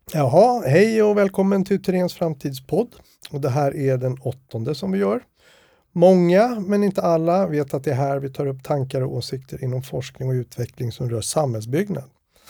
Jaha, hej och välkommen till Thyréns framtidspodd. Och det här är den 8:e som vi gör. Många, men inte alla, vet att det är här vi tar upp tankar och åsikter inom forskning och utveckling som rör samhällsbyggnad.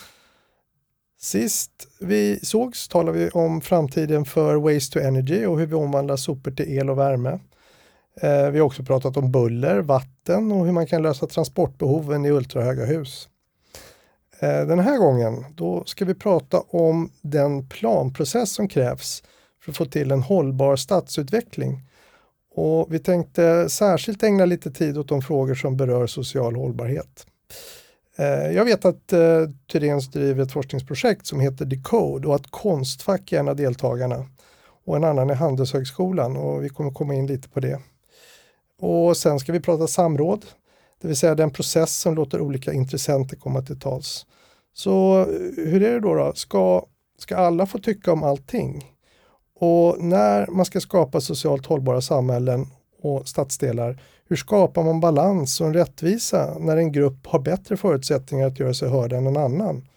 Sist vi sågs talade vi om framtiden för Waste to Energy och hur vi omvandlar sopor till el och värme. Vi har också pratat om buller, vatten och hur man kan lösa transportbehoven i ultrahöga hus. Den här gången då ska vi prata om den planprocess som krävs för att få till en hållbar stadsutveckling. Och vi tänkte särskilt ägna lite tid åt de frågor som berör social hållbarhet. Jag vet att Thyréns driver ett forskningsprojekt som heter Decode och att Konstfack är en av deltagarna. Och en annan är Handelshögskolan och vi kommer komma in lite på det. Och sen ska vi prata samråd. Det vill säga den process som låter olika intressenter komma till tals. Så hur är det då? Ska alla få tycka om allting? Och när man ska skapa socialt hållbara samhällen och stadsdelar, hur skapar man balans och en rättvisa när en grupp har bättre förutsättningar att göra sig hörd än en annan?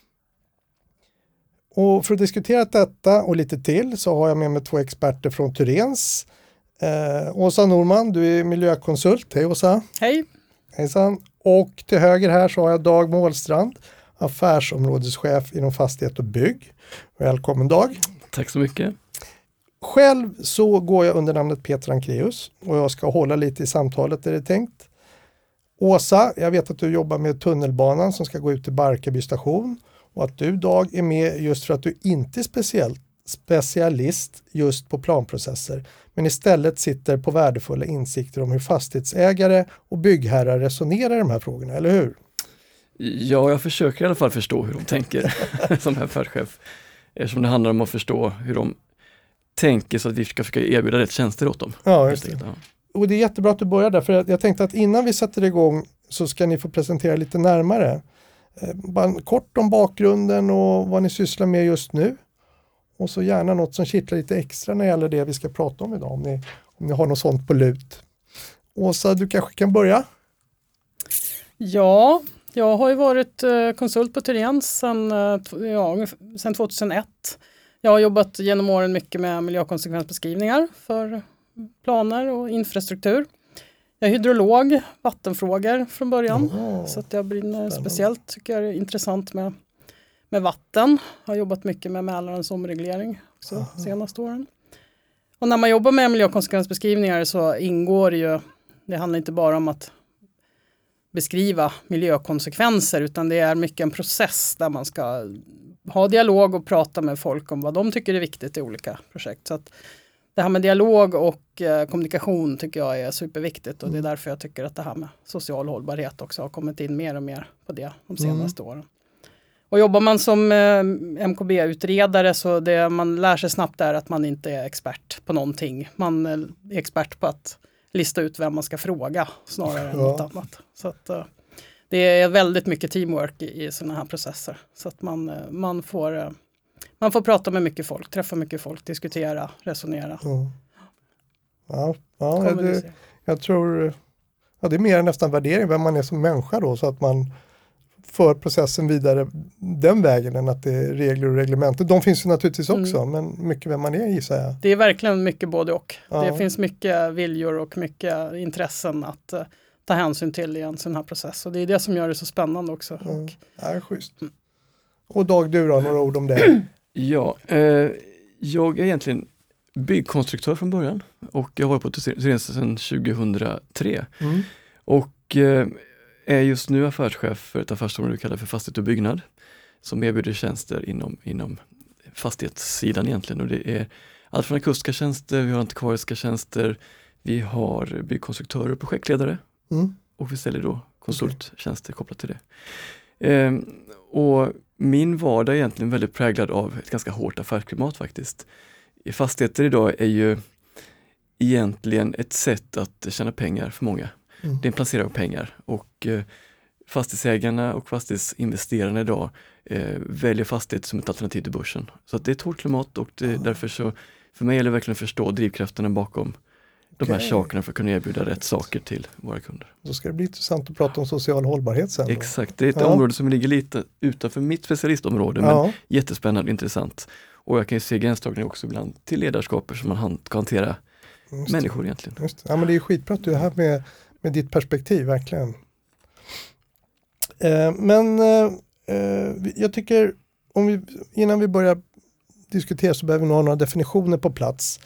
Och för att diskutera detta och lite till så har jag med mig 2 experter från Thyréns. Åsa Norman, du är miljökonsult. Hej Åsa! Hej! Hejsan! Och till höger här så har jag Dag Målstrand, affärsområdeschef inom fastighet och bygg. Välkommen Dag! Tack så mycket! Själv så går jag under namnet Peter Ankreus och jag ska hålla lite i samtalet, är det tänkt. Åsa, jag vet att du jobbar med tunnelbanan som ska gå ut till Barkarby station och att du Dag är med just för att du inte är specialist just på planprocesser men istället sitter på värdefulla insikter om hur fastighetsägare och byggherrar resonerar i de här frågorna, eller hur? Ja, jag försöker i alla fall förstå hur de tänker som affärschef. Eftersom det handlar om att förstå hur de tänker så att vi ska försöka erbjuda rätt tjänster åt dem. Ja, just det. Och det är jättebra att du börjar där, för jag tänkte att innan vi sätter igång så ska ni få presentera lite närmare. Bara kort om bakgrunden och vad ni sysslar med just nu. Och så gärna något som kittlar lite extra när det gäller det vi ska prata om idag, om ni har något sånt på lut. Åsa, du kanske kan börja? Ja, jag har ju varit konsult på Thyréns sedan 2001. Jag har jobbat genom åren mycket med miljökonsekvensbeskrivningar för planer och infrastruktur. Jag är hydrolog, vattenfrågor från början. Så att jag brinner speciellt, tycker jag är intressant med vatten. Jag har jobbat mycket med Mälarens omreglering också senaste åren. Och när man jobbar med miljökonsekvensbeskrivningar så ingår ju, det handlar inte bara om att beskriva miljökonsekvenser utan det är mycket en process där man ska ha dialog och prata med folk om vad de tycker är viktigt i olika projekt. Så att det här med dialog och kommunikation tycker jag är superviktigt och det är därför jag tycker att det här med social hållbarhet också har kommit in mer och mer på det de senaste åren. Och jobbar man som MKB-utredare så det man lär sig snabbt är att man inte är expert på någonting. Man är expert på att lista ut vem man ska fråga snarare än något annat. Så att, det är väldigt mycket teamwork i sådana här processer. Så att man får prata med mycket folk, träffa mycket folk, diskutera, resonera. Jag tror det är mer nästan värdering vem man är som människa då, så att man för processen vidare den vägen än att det är regler och reglementer. De finns ju naturligtvis också, men mycket vem man är gissar jag. Det är verkligen mycket både och. Ja. Det finns mycket viljor och mycket intressen att ta hänsyn till i en sån här process. Och det är det som gör det så spännande också. Ja, det är schysst. Och Dag, du då, några ord om det? Ja, jag är egentligen byggkonstruktör från början och jag var på Thyréns sedan 2003. Och är just nu affärschef för ett affärsområde vi kallar för fastighet och byggnad som erbjuder tjänster inom fastighetssidan egentligen. Och det är allt från akustiska tjänster, vi har antikvariska tjänster, vi har byggkonstruktörer och projektledare och vi säljer då konsulttjänster kopplat till det. Och min vardag är egentligen väldigt präglad av ett ganska hårt affärsklimat faktiskt. Fastigheter idag är ju egentligen ett sätt att tjäna pengar för många. Det är en placering av pengar och fastighetsägarna och fastighetsinvesterarna idag väljer fastighet som ett alternativ till börsen. Så att det är ett hårt klimat och därför så för mig gäller det verkligen att förstå drivkrafterna bakom de här sakerna för att kunna erbjuda rätt saker till våra kunder. Då ska det bli intressant att prata om social hållbarhet sen. Då. Exakt, det är ett område som ligger lite utanför mitt specialistområde, men jättespännande och intressant. Och jag kan ju se gränsdragningar också ibland till ledarskaper som man kan hantera människor egentligen. Just det. Ja, men det är skitbra att du är här med ditt perspektiv, verkligen. Jag tycker, innan vi börjar diskutera så behöver vi nog ha några definitioner på plats.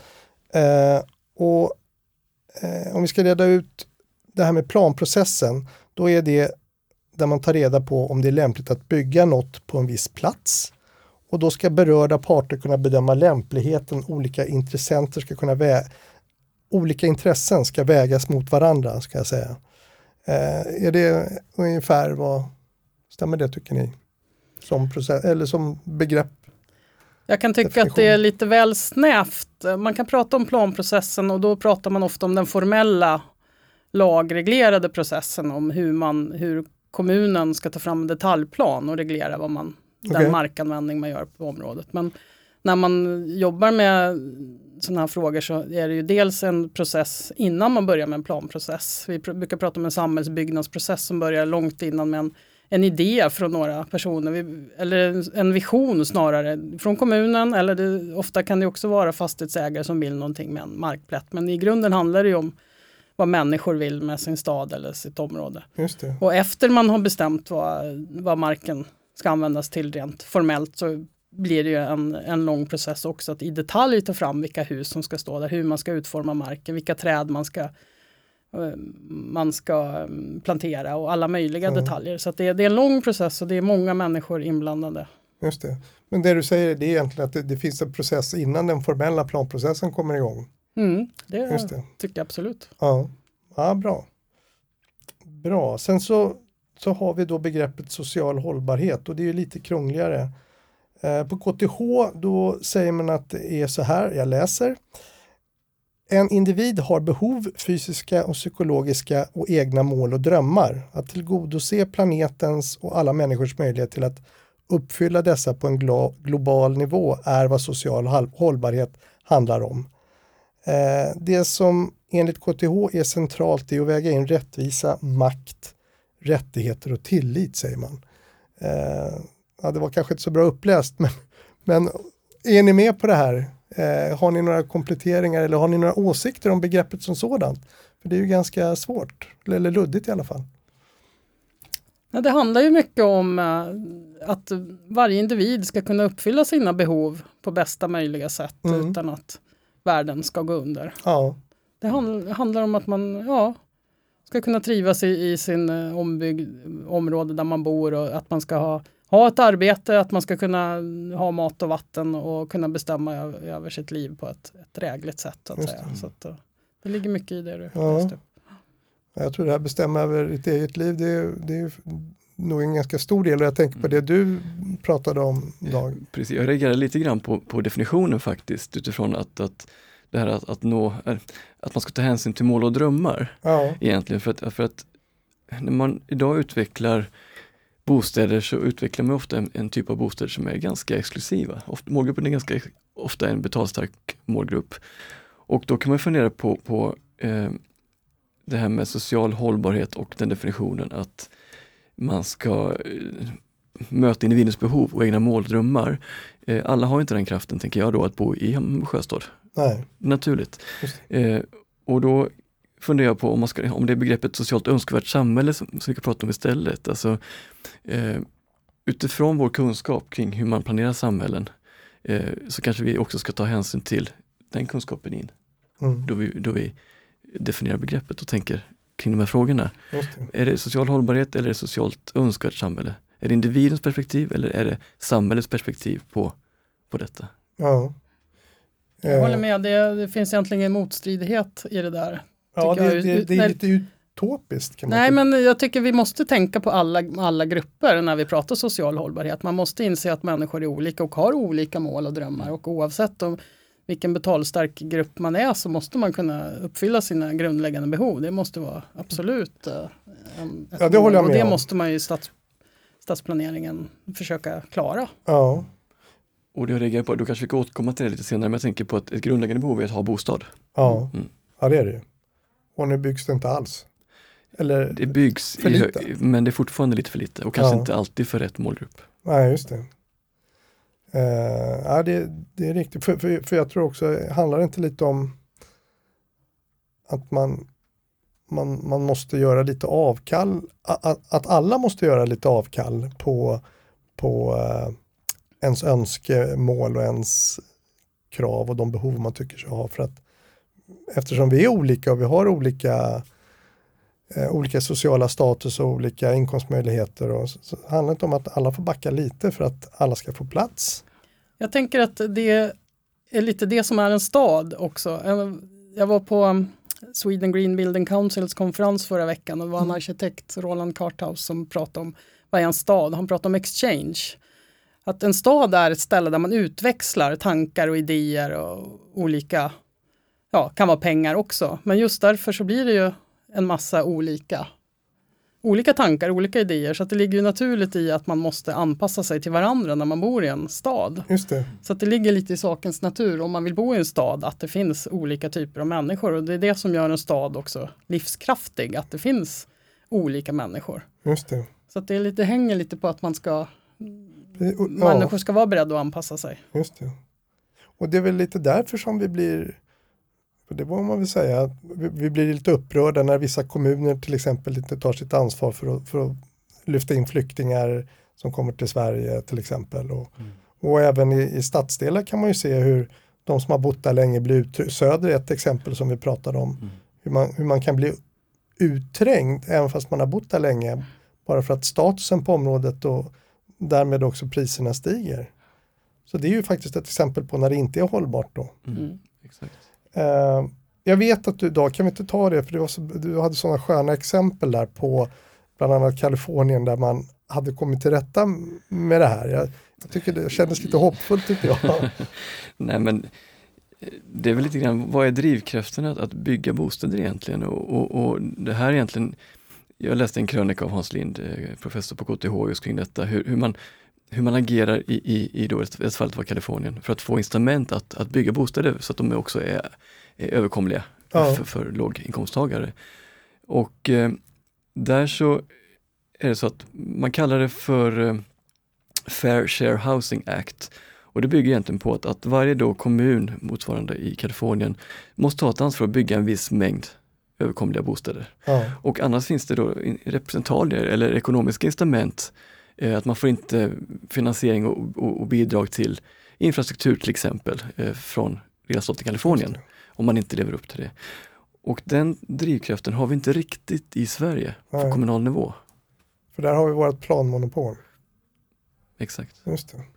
Om vi ska reda ut det här med planprocessen, då är det där man tar reda på om det är lämpligt att bygga något på en viss plats. Och då ska berörda parter kunna bedöma lämpligheten, olika intressenter ska kunna olika intressen ska vägas mot varandra, ska jag säga. Är det ungefär vad stämmer det, tycker ni? Som process, eller som begrepp? Jag kan tycka att det är lite väl snävt. Man kan prata om planprocessen och då pratar man ofta om den formella lagreglerade processen, om hur kommunen ska ta fram en detaljplan och reglera den markanvändning man gör på området. Men när man jobbar med sådana här frågor så är det ju dels en process innan man börjar med en planprocess. Vi brukar prata om en samhällsbyggnadsprocess som börjar långt innan med en idé från några personer, eller en vision snarare från kommunen, eller ofta kan det också vara fastighetsägare som vill någonting med en markplätt. Men i grunden handlar det ju om vad människor vill med sin stad eller sitt område. Just det. Och efter man har bestämt vad marken ska användas till rent formellt, så blir det ju en lång process också att i detalj ta fram vilka hus som ska stå där, hur man ska utforma marken, vilka träd man ska plantera och alla möjliga detaljer. Så att det är en lång process och det är många människor inblandade. Just det. Men det du säger, det är egentligen att det finns en process innan den formella planprocessen kommer igång. Det tycker jag absolut. Ja, bra. Bra. Sen så har vi då begreppet social hållbarhet och det är ju lite krångligare. På KTH då säger man att det är så här, jag läser. En individ har behov, fysiska och psykologiska och egna mål och drömmar. Att tillgodose planetens och alla människors möjlighet till att uppfylla dessa på en global nivå är vad social hållbarhet handlar om. Det som enligt KTH är centralt är att väga in rättvisa, makt, rättigheter och tillit, säger man. Det var kanske inte så bra uppläst, men är ni med på det här? Har ni några kompletteringar eller har ni några åsikter om begreppet som sådant? För det är ju ganska svårt, eller luddigt i alla fall. Ja, det handlar ju mycket om att varje individ ska kunna uppfylla sina behov på bästa möjliga sätt utan att världen ska gå under. Ja. Det handlar om att man ska kunna trivas i sin område där man bor och att man ska ha ett arbete, att man ska kunna ha mat och vatten och kunna bestämma över sitt liv på ett drägligt sätt. Så att säga. Så att, det ligger mycket i det du läste upp. Jag tror det här bestämma över ditt eget liv, det är nog en ganska stor del och jag tänker på det du pratade om, Dag. Precis, jag reagerar lite grann på definitionen faktiskt utifrån att det här att man ska ta hänsyn till mål och drömmar egentligen för att när man idag utvecklar bostäder så utvecklar man ofta en typ av bostäder som är ganska exklusiva. Målgruppen är ganska ofta en betalstark målgrupp. Och då kan man fundera på det här med social hållbarhet och den definitionen att man ska möta individens behov och egna måldrömmar. Alla har inte den kraften, tänker jag då, att bo i en sjöstad. Nej. Naturligt. Och då funderar jag på om det är begreppet socialt önskvärt samhälle som vi kan prata om istället. Alltså, utifrån vår kunskap kring hur man planerar samhällen så kanske vi också ska ta hänsyn till den kunskapen in. Då vi definierar begreppet och tänker kring de här frågorna. Är det social hållbarhet eller är det socialt önskvärt samhälle? Är det individens perspektiv eller är det samhällets perspektiv på detta? Ja. Jag håller med, det finns egentligen en motstridighet i det där. Ja, det är lite utopiskt. Kan man men jag tycker vi måste tänka på alla grupper när vi pratar social hållbarhet. Man måste inse att människor är olika och har olika mål och drömmar och oavsett vilken betalstark grupp man är så måste man kunna uppfylla sina grundläggande behov. Det måste vara absolut det håller jag med och det om. måste man ju stadsplaneringen försöka klara. Ja. Och det jag reagerar på, då kanske vi kan återkomma till det lite senare, men jag tänker på att ett grundläggande behov är att ha bostad. Ja, Ja, det är det ju. Och nu byggs det inte alls. Eller Det byggs, för lite. men det är fortfarande lite för lite och kanske Ja. inte alltid för rätt målgrupp. Nej, just det. Ja, det är riktigt. För jag tror också, handlar det inte lite om att man måste göra lite avkall, att alla måste göra lite avkall på ens önskemål och ens krav och de behov man tycker sig ha, för att eftersom vi är olika och vi har olika sociala status och olika inkomstmöjligheter, och så handlar det inte om att alla får backa lite för att alla ska få plats. Jag tänker att det är lite det som är en stad också. Jag var på Sweden Green Building Councils konferens förra veckan och det var en arkitekt, Roland Karthaus, som pratade om vad är en stad. Han pratade om exchange. Att en stad är ett ställe där man utväxlar tankar och idéer och olika, kan vara pengar också. Men just därför så blir det ju en massa olika tankar, olika idéer. Så att det ligger ju naturligt i att man måste anpassa sig till varandra när man bor i en stad. Just det. Så att det ligger lite i sakens natur om man vill bo i en stad att det finns olika typer av människor. Och det är det som gör en stad också livskraftig, att det finns olika människor. Just det. Så att det hänger lite på att människor ska vara beredda att anpassa sig. Just det. Och det är väl lite därför som vi blir, det var man vill säga, vi blir lite upprörda när vissa kommuner till exempel inte tar sitt ansvar för att lyfta in flyktingar som kommer till Sverige till exempel. Och även i stadsdelar kan man ju se hur de som har bott där länge blir Söder är ett exempel som vi pratade om. Hur man kan bli utträngd även fast man har bott där länge, bara för att statusen på området och därmed också priserna stiger. Så det är ju faktiskt ett exempel på när det inte är hållbart då. Exakt. Jag vet att du idag, kan vi inte ta det, för du hade sådana sköna exempel där på bland annat Kalifornien där man hade kommit till rätta med det här. Jag tycker det kändes lite hoppfullt, tycker jag. Nej, men det är väl lite grann, vad är drivkrafterna att bygga bostäder egentligen? Och det här egentligen, jag läste en krönika av Hans Lind, professor på KTH, just kring detta, hur man agerar i då ett fall var Kalifornien för att få incitament att bygga bostäder så att de också är överkomliga för låginkomsttagare. Och där så är det så att man kallar det för Fair Share Housing Act. Och det bygger egentligen på att varje då kommun motsvarande i Kalifornien måste ha ett ansvar att bygga en viss mängd överkomliga bostäder. Och annars finns det då representalier eller ekonomiska incitament att man får inte finansiering och bidrag till infrastruktur till exempel från delstaten Kalifornien om man inte lever upp till det. Och den drivkraften har vi inte riktigt i Sverige på kommunal nivå. För där har vi vårt planmonopol. Exakt. Just det.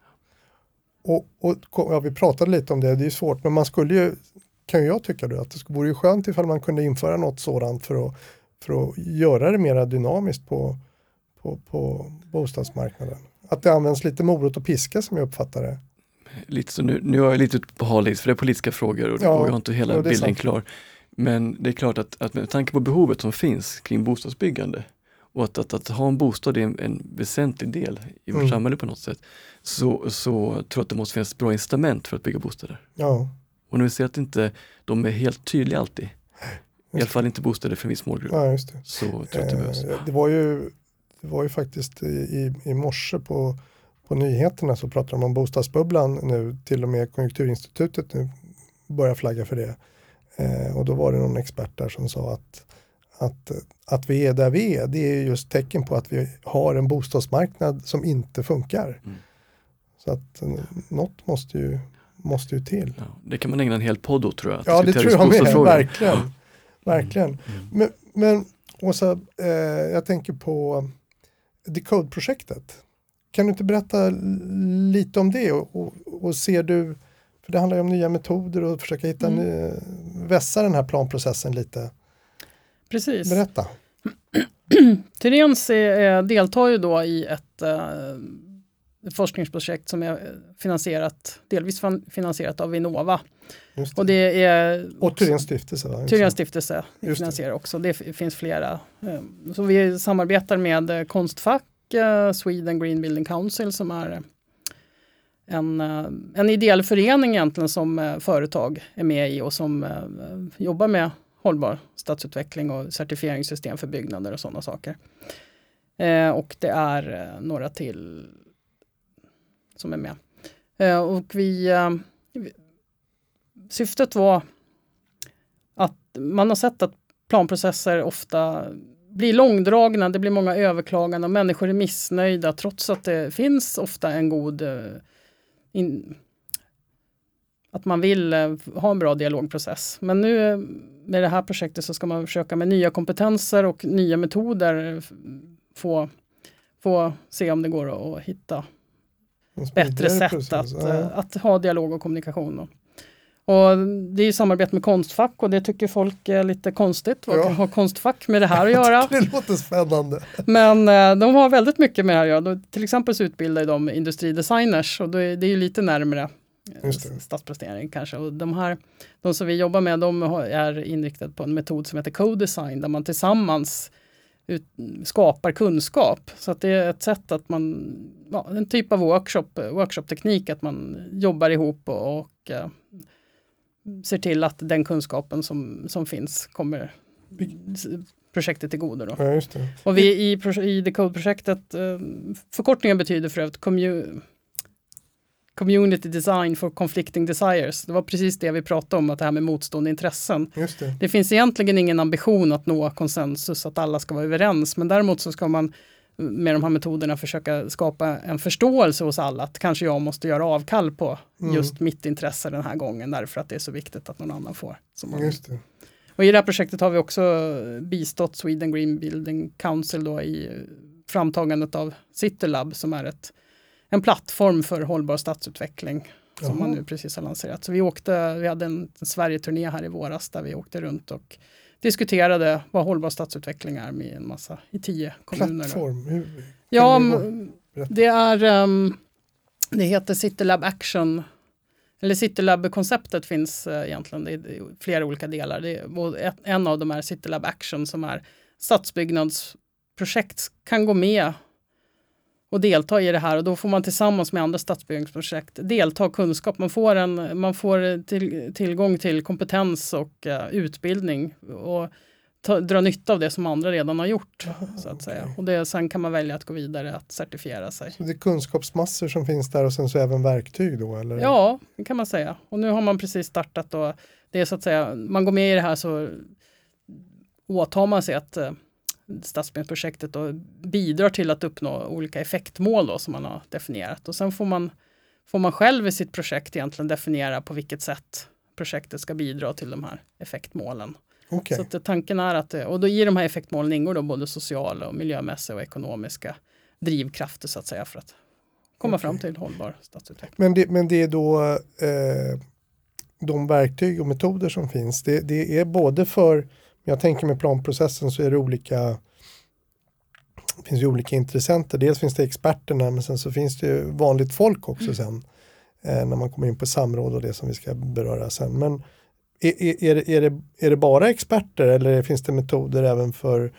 Och vi pratade lite om det, det är svårt, men man skulle ju, kan jag tycka då, att det vore ju skönt ifall man kunde införa något sådant för att göra det mer dynamiskt på bostadsmarknaden. Att det används lite morot och piska som jag uppfattar det. Lite så nu är jag lite ute på halis för det är politiska frågor och jag har inte hela bilden klar. Men det är klart att med tanke på behovet som finns kring bostadsbyggande och att ha en bostad är en väsentlig del i vårt samhälle på något sätt, så tror jag att det måste finnas bra incitament för att bygga bostäder. Ja. Och när vi ser att inte de är helt tydliga alltid, i alla fall inte bostäder för en viss målgrupp, så tror jag att det behövs. Det var ju faktiskt i morse på nyheterna så pratade de om bostadsbubblan nu, till och med Konjunkturinstitutet nu börjar flagga för det. Och då var det någon expert där som sa att vi är där vi är, det är just tecken på att vi har en bostadsmarknad som inte funkar. Så att något måste ju till. Ja, det kan man ägna en hel podd åt, tror jag. Ja, det tror jag med, verkligen. Verkligen. Men Åsa, jag tänker på Decode-projektet. Kan du inte berätta lite om det och ser du, för det handlar ju om nya metoder och försöka hitta vässa den här planprocessen lite. Precis. Berätta. Tyréns deltar ju då i ett forskningsprojekt som är delvis finansierat av Vinnova. Och det är och Tyréns stiftelse, va? Tyréns stiftelse finansierar också. Det finns flera. Så vi samarbetar med Konstfack, Sweden Green Building Council, som är en ideell förening egentligen som företag är med i och som jobbar med hållbar stadsutveckling och certifieringssystem för byggnader och sådana saker. Och det är några till som är med. Och syftet var att man har sett att planprocesser ofta blir långdragna, det blir många överklaganden och människor är missnöjda trots att det finns ofta en god att man vill ha en bra dialogprocess. Men nu med det här projektet så ska man försöka med nya kompetenser och nya metoder få se om det går att hitta bättre sätt att ha dialog och kommunikation. Och det är ju samarbete med Konstfack och det tycker folk är lite konstigt. Vad kan ha Konstfack med det här att göra? Det låter spännande. Men de har väldigt mycket med det här att göra. Till exempel så utbildar de industridesigners och det är ju lite närmare stadsplacering kanske. Och de som vi jobbar med, de är inriktade på en metod som heter co-design där man tillsammans skapar kunskap. Så att det är ett sätt att man, en typ av workshop-teknik att man jobbar ihop och ser till att den kunskapen som finns kommer projektet till godo då. Ja, just det. Och vi i The Code-projektet, förkortningen betyder för övrigt Community Design for Conflicting Desires. Det var precis det vi pratade om, att det här med motstående intressen. Just det. Det finns egentligen ingen ambition att nå konsensus, att alla ska vara överens. Men däremot så ska man med de här metoderna försöka skapa en förståelse hos alla. Att kanske jag måste göra avkall på just mitt intresse den här gången. Därför att det är så viktigt att någon annan får. Just det. Och i det här projektet har vi också bistått Sweden Green Building Council då i framtagandet av CityLab som är en plattform för hållbar stadsutveckling som man nu precis har lanserat. Så vi hade en Sverige-turné här i våras där vi åkte runt och diskuterade vad hållbar stadsutveckling är med i 10 kommuner. Plattform? Det heter CityLab Action. Eller CityLab-konceptet finns egentligen. Det är flera olika delar. En av dem är CityLab Action som är stadsbyggnadsprojekt kan gå med och delta i det här och då får man tillsammans med andra stadsbyggnadsprojekt delta kunskap. Man får tillgång till kompetens och utbildning och dra nytta av det som andra redan har gjort. Så att säga. Och sen kan man välja att gå vidare att certifiera sig. Så det är kunskapsmassor som finns där och sen så även verktyg då? Eller? Ja, det kan man säga. Och nu har man precis startat och det är så att säga, man går med i det här så åtar man sig att stadsbyggnadsprojektet och bidrar till att uppnå olika effektmål då, som man har definierat. Och sen får man själv i sitt projekt egentligen definiera på vilket sätt projektet ska bidra till de här effektmålen. Okay. Så att tanken är att, och då i de här effektmålen ingår då både sociala och miljömässiga och ekonomiska drivkrafter så att säga för att komma fram till hållbar stadsutveckling. Men det är då de verktyg och metoder som finns. Det är både för, jag tänker med planprocessen så är det finns ju olika intressenter. Dels finns det experterna men sen så finns det ju vanligt folk också sen när man kommer in på samråd och det som vi ska beröra sen. Men är det bara experter eller finns det metoder även för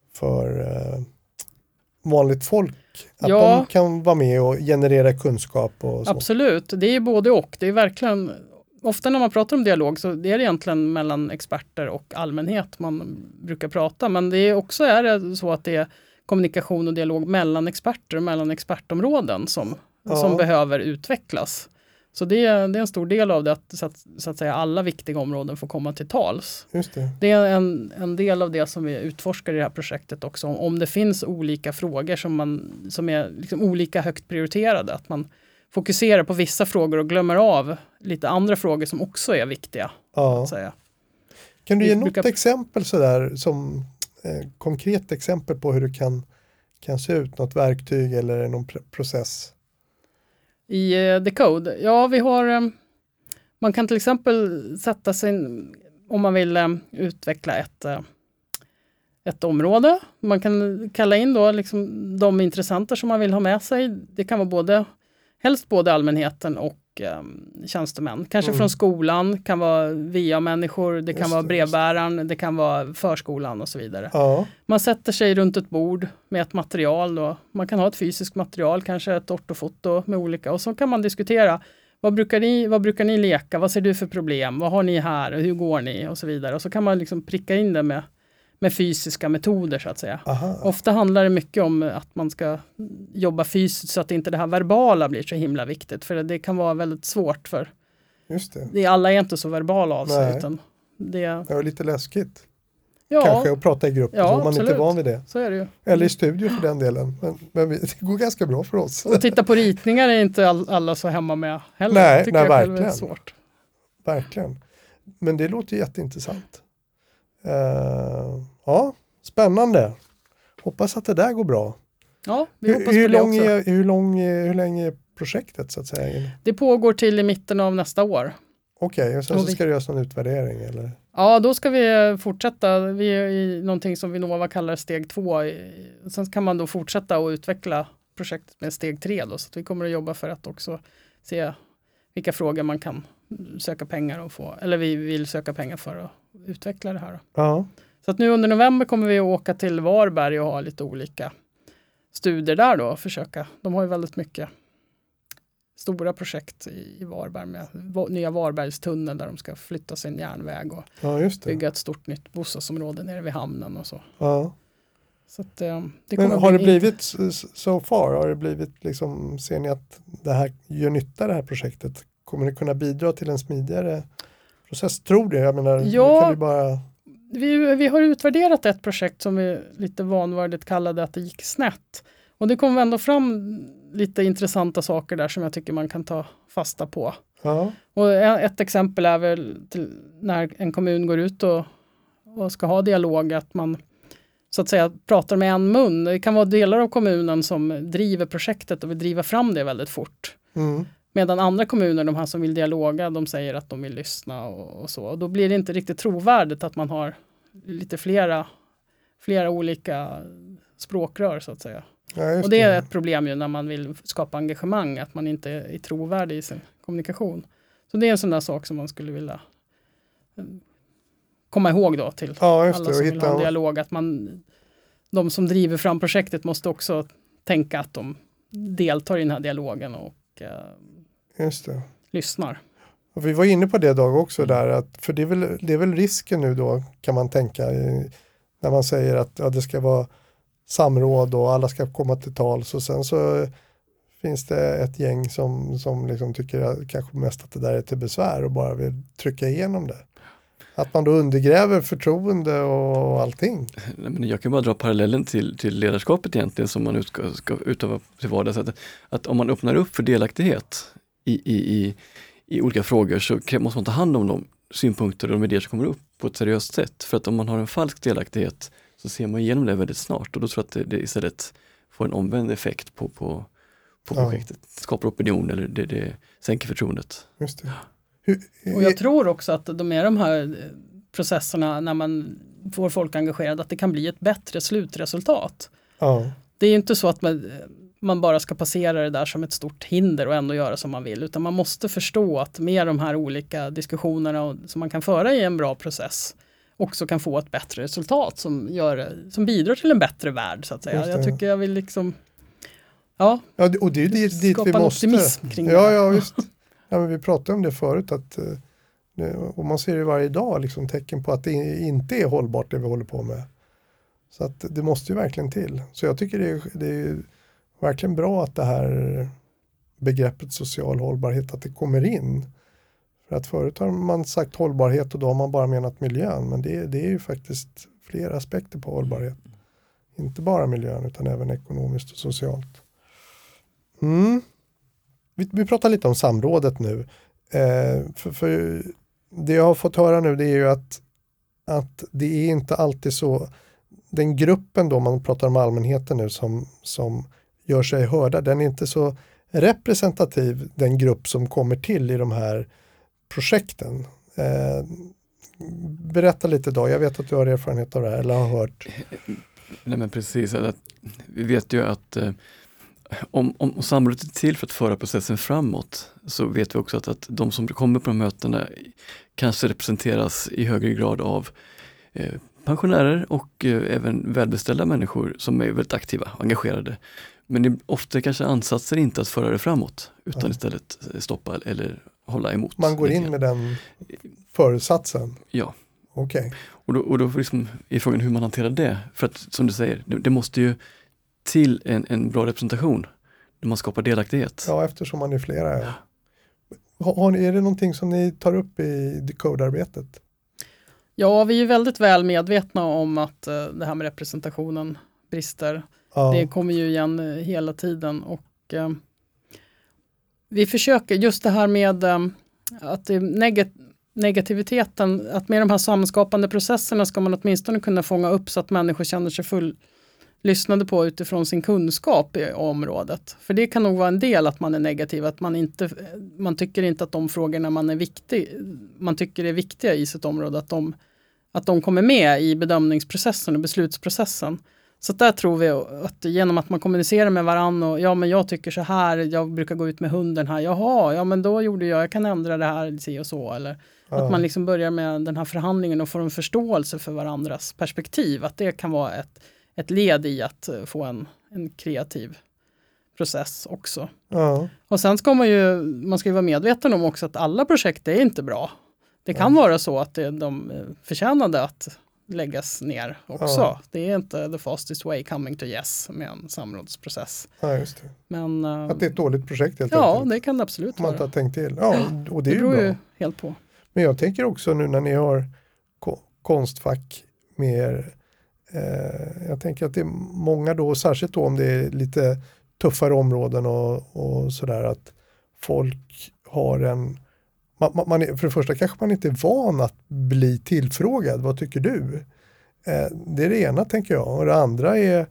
vanligt folk? Att de kan vara med och generera kunskap och så? Absolut, det är både och. Det är verkligen, ofta när man pratar om dialog så det är det egentligen mellan experter och allmänhet man brukar prata. Men det är också så att det är kommunikation och dialog mellan experter och mellan expertområden som behöver utvecklas. Så det är en stor del av det så att säga alla viktiga områden får komma till tals. Just det. Det är en del av det som vi utforskar i det här projektet också. Om det finns olika frågor som är liksom olika högt prioriterade. Att man fokuserar på vissa frågor och glömmer av lite andra frågor som också är viktiga. Så att säga. Kan du ge något exempel sådär som konkret exempel på hur det kan se ut? Något verktyg eller någon process? I The Code? Ja, vi har, man kan till exempel sätta sig, om man vill utveckla ett område. Man kan kalla in då liksom de intressenter som man vill ha med sig. Det kan vara helst både allmänheten och tjänstemän. Kanske från skolan, kan vara VA-människor, det kan vara brevbäraren, det kan vara förskolan och så vidare. Ja. Man sätter sig runt ett bord med ett material. Då. Man kan ha ett fysiskt material, kanske ett ortofoto med olika. Och så kan man diskutera vad brukar ni leka? Vad ser du för problem? Vad har ni här? Hur går ni? Och så vidare. Och så kan man liksom pricka in det med fysiska metoder så att säga. Aha. Ofta handlar det mycket om att man ska jobba fysiskt så att inte det här verbala blir så himla viktigt. För det kan vara väldigt svårt för Just det. Alla är inte så verbala av sig. Nej. Utan det är lite läskigt. Ja, Kanske att prata i grupp Ja, så man absolut. inte är van vid det. Så är det ju. Eller i studio för den delen. Men det går ganska bra för oss. Och titta på ritningar är inte alla så hemma med heller. Nej, Tycker nej, jag själv är verkligen. svårt. Verkligen. Men det låter jätteintressant. Ja, spännande. Hoppas att det där går bra. Ja, vi hoppas på det också. Hur länge är projektet så att säga? Det pågår till i mitten av nästa år. Okej, och sen så ska det göras någon utvärdering eller? Ja, då ska vi fortsätta. Vi är i någonting som Vinnova kallar steg 2. Sen kan man då fortsätta och utveckla projektet med steg 3 då. Så att vi kommer att jobba för att också se vilka frågor man kan söka pengar och få. Eller vi vill söka pengar för att utveckla det här då. Ja. Så att nu under november kommer vi att åka till Varberg och ha lite olika studier där då. Försöka. De har ju väldigt mycket stora projekt i Varberg med nya Varbergstunneln där de ska flytta sin järnväg och Just det. bygga ett stort nytt bostadsområde nere vid hamnen och så. Ja. Så att, det men har det blivit so far? Har det blivit liksom, ser ni att det här gör nytta det här projektet? Kommer det kunna bidra till en smidigare process? Tror det? Jag menar, det kan ju bara... Vi har utvärderat ett projekt som vi lite vanvördigt kallade att det gick snett. Och det kom ändå fram lite intressanta saker där som jag tycker man kan ta fasta på. Ja. Och ett exempel är väl när en kommun går ut och ska ha dialog att man så att säga pratar med en mun. Det kan vara delar av kommunen som driver projektet och vill driva fram det väldigt fort. Mm. Medan andra kommuner, de här som vill dialoga, de säger att de vill lyssna och så. Och då blir det inte riktigt trovärdigt att man har lite flera olika språkrör så att säga. Ja, och det är ett problem ju när man vill skapa engagemang, att man inte är trovärdig i sin kommunikation. Så det är en sån där sak som man skulle vilja komma ihåg då till alla som vill ha en dialog. Att de som driver fram projektet måste också tänka att de deltar i den här dialogen och lyssnar. Och vi var inne på det Dag också där, att, för det är väl risken nu då kan man tänka när man säger att det ska vara samråd och alla ska komma till tals och sen så finns det ett gäng som liksom tycker kanske mest att det där är till besvär och bara vill trycka igenom det. Att man då undergräver förtroende och allting. Nej, men jag kan bara dra parallellen till ledarskapet egentligen som man ska utöva till vardags. Att om man öppnar upp för delaktighet i olika frågor så måste man ta hand om de synpunkter och de idéer som kommer upp på ett seriöst sätt. För att om man har en falsk delaktighet så ser man igenom det väldigt snart och då tror jag att det istället får en omvänd effekt på projektet. Skapar opinion eller det sänker förtroendet. Just det. Och jag tror också att de här processerna när man får folk engagerade att det kan bli ett bättre slutresultat. Ja. Det är ju inte så att man bara ska passera det där som ett stort hinder och ändå göra som man vill, utan man måste förstå att med de här olika diskussionerna som man kan föra i en bra process också kan få ett bättre resultat som bidrar till en bättre värld så att säga. Jag tycker jag vill liksom och det är dit vi måste. Optimism kring det. Ja, visst. Ja, men vi pratade om det förut att och man ser ju varje dag liksom tecken på att det inte är hållbart det vi håller på med. Så att det måste ju verkligen till. Så jag tycker det är verkligen bra att det här begreppet social hållbarhet att det kommer in. För att förut har man sagt hållbarhet och då har man bara menat miljön. Men det är ju faktiskt flera aspekter på hållbarhet. Inte bara miljön utan även ekonomiskt och socialt. Vi pratar lite om samrådet nu. För det jag har fått höra nu det är ju att det är inte alltid så. Den gruppen då man pratar om allmänheten nu som gör sig hörda, den är inte så representativ den grupp som kommer till i de här projekten. Berätta lite då, jag vet att du har erfarenhet av det här eller har hört. Nej men precis, vi vet ju att om samrådet är till för att föra processen framåt så vet vi också att de som kommer på de mötena kanske representeras i högre grad av pensionärer och även välbeställda människor som är väldigt aktiva och engagerade. Men det är ofta kanske ansatser inte att föra det framåt utan istället stoppa eller hålla emot. Man går in med den föresatsen? Ja. Okej. Och då liksom är frågan hur man hanterar det. För att som du säger, det måste ju till en bra representation när man skapar delaktighet. Ja, eftersom man är flera. Ja. Är det någonting som ni tar upp i Decode-arbetet? Ja, vi är väldigt väl medvetna om att det här med representationen brister. Ja. Det kommer ju igen hela tiden och vi försöker just det här med att det negativiteten, att med de här samskapande processerna ska man åtminstone kunna fånga upp så att människor känner sig lyssnade på utifrån sin kunskap i området. För det kan nog vara en del att man är negativ, att man tycker inte att de frågorna man tycker är viktiga i sitt område, att de kommer med i bedömningsprocessen och beslutsprocessen. Så där tror vi att genom att man kommunicerar med varandra och ja men jag tycker så här, jag brukar gå ut med hunden här, jaha, ja men då gjorde jag kan ändra det här, si och så, eller att man liksom börjar med den här förhandlingen och får en förståelse för varandras perspektiv, att det kan vara ett led i att få en kreativ process också. Ja. Och sen ska man ska ju vara medveten om också att alla projekt är inte bra. Det kan vara så att de förtjänade att läggas ner också. Ja. Det är inte the fastest way coming to yes med en samrådsprocess. Ja, just det. Men, att det är ett dåligt projekt helt enkelt. Ja, det kan det absolut vara. Man inte har tänkt till. Ja, och det är ju beror bra. Ju helt på. Men jag tänker också nu när ni har konstfack med er, jag tänker att det är många då, särskilt då om det är lite tuffare områden och sådär, att folk har för det första kanske man inte är van att bli tillfrågad. Vad tycker du? Det är det ena tänker jag. Och det andra är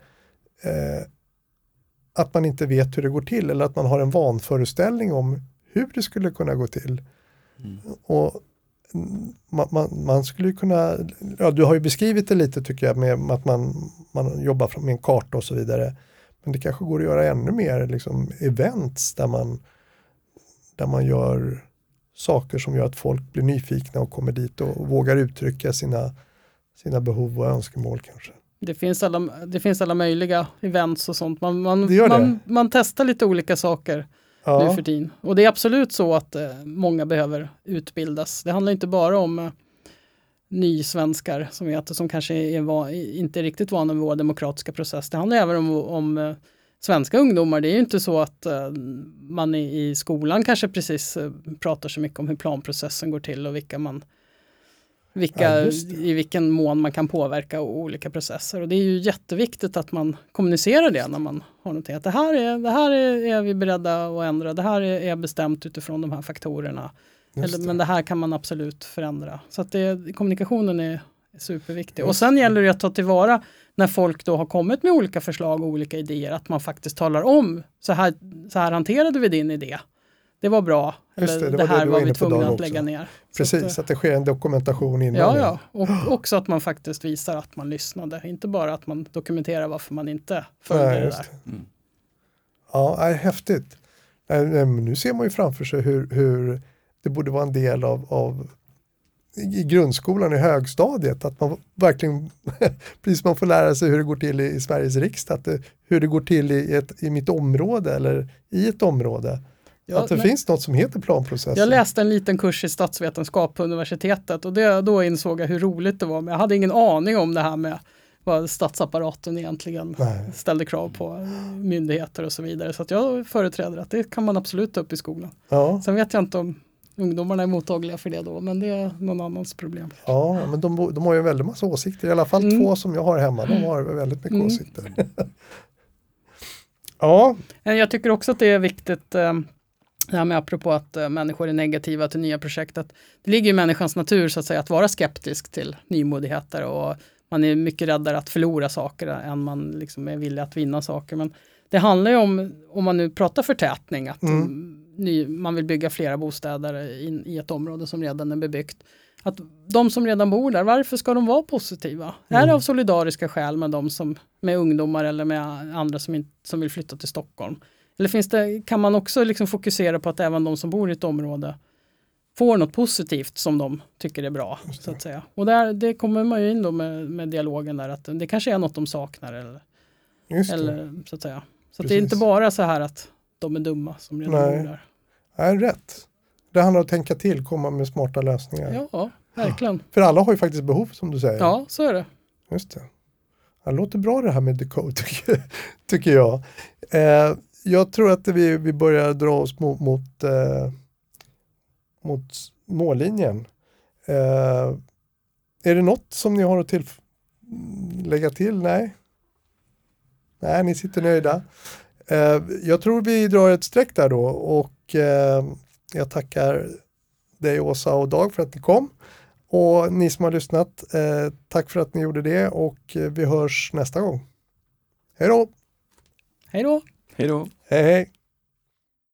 att man inte vet hur det går till eller att man har en vanföreställning om hur det skulle kunna gå till. Och man skulle kunna, du har ju beskrivit det lite tycker jag med att man jobbar med en karta och så vidare. Men det kanske går att göra ännu mer liksom events där man gör saker som gör att folk blir nyfikna och kommer dit och vågar uttrycka sina behov och önskemål kanske. Det finns alla möjliga events och sånt. Man testar lite olika saker nu för tiden. Och det är absolut så att många behöver utbildas. Det handlar inte bara om nysvenskar som kanske inte är riktigt vana med vår demokratiska process. Det handlar även om svenska ungdomar. Det är ju inte så att man i skolan kanske precis pratar så mycket om hur planprocessen går till och i vilken mån man kan påverka olika processer. Och det är ju jätteviktigt att man kommunicerar det när man har någonting. Att det här är vi beredda att ändra. Det här är bestämt utifrån de här faktorerna. Men det här kan man absolut förändra. Så att kommunikationen är superviktig. Och sen gäller det att ta tillvara när folk då har kommit med olika förslag och olika idéer. Att man faktiskt talar om så här hanterade vi din idé. Det var bra. Eller det här var vi tvungna att lägga ner. Precis, att det sker en dokumentation innan. Ja, och också att man faktiskt visar att man lyssnade. Inte bara att man dokumenterar varför man inte följde det där. Ja, häftigt. Nu ser man ju framför sig hur det borde vara en del av i grundskolan, i högstadiet, att man verkligen, precis man får lära sig hur det går till i Sveriges riksdag, hur det går till i mitt område eller i ett område. Ja, att det finns något som heter planprocess. Jag läste en liten kurs i statsvetenskap på universitetet och då insåg jag hur roligt det var. Men jag hade ingen aning om det här med vad statsapparaten egentligen ställde krav på myndigheter och så vidare. Så att jag företräder att det kan man absolut ta upp i skolan. Ja. Sen vet jag inte om ungdomarna är mottagliga för det då, men det är någon annans problem. Ja, men de har ju en väldigt massa åsikter. I alla fall 2 som jag har hemma, de har väldigt mycket åsikter. Ja. Jag tycker också att det är viktigt, det här med apropå att människor är negativa till nya projekt, att det ligger i människans natur så att säga att vara skeptisk till nymodigheter och man är mycket räddare att förlora saker än man liksom är villig att vinna saker. Men det handlar ju om man nu pratar förtätning, att man vill bygga flera bostäder i ett område som redan är bebyggt. Att de som redan bor där, varför ska de vara positiva? Är det av solidariska skäl med ungdomar eller med andra som vill flytta till Stockholm? Eller kan man också liksom fokusera på att även de som bor i ett område får något positivt som de tycker är bra. Så att säga. Och det kommer man ju in då med dialogen där, att det kanske är något de saknar. Eller så att säga. Så att det är inte bara så här att de är dumma som redan bor där. Nej, rätt. Det handlar om att tänka till, komma med smarta lösningar. Ja, verkligen. För alla har ju faktiskt behov, som du säger. Ja, så är det. Just det. Det låter bra det här med decode, tycker jag. Jag tror att vi börjar dra oss mot mållinjen. Är det något som ni har att lägga till? Nej, ni sitter nöjda. Jag tror vi drar ett streck där då, och jag tackar dig, Åsa och Dag, för att ni kom. Och ni som har lyssnat, tack för att ni gjorde det, och vi hörs nästa gång. Hej då! Hej då! Hej då! Hej hej!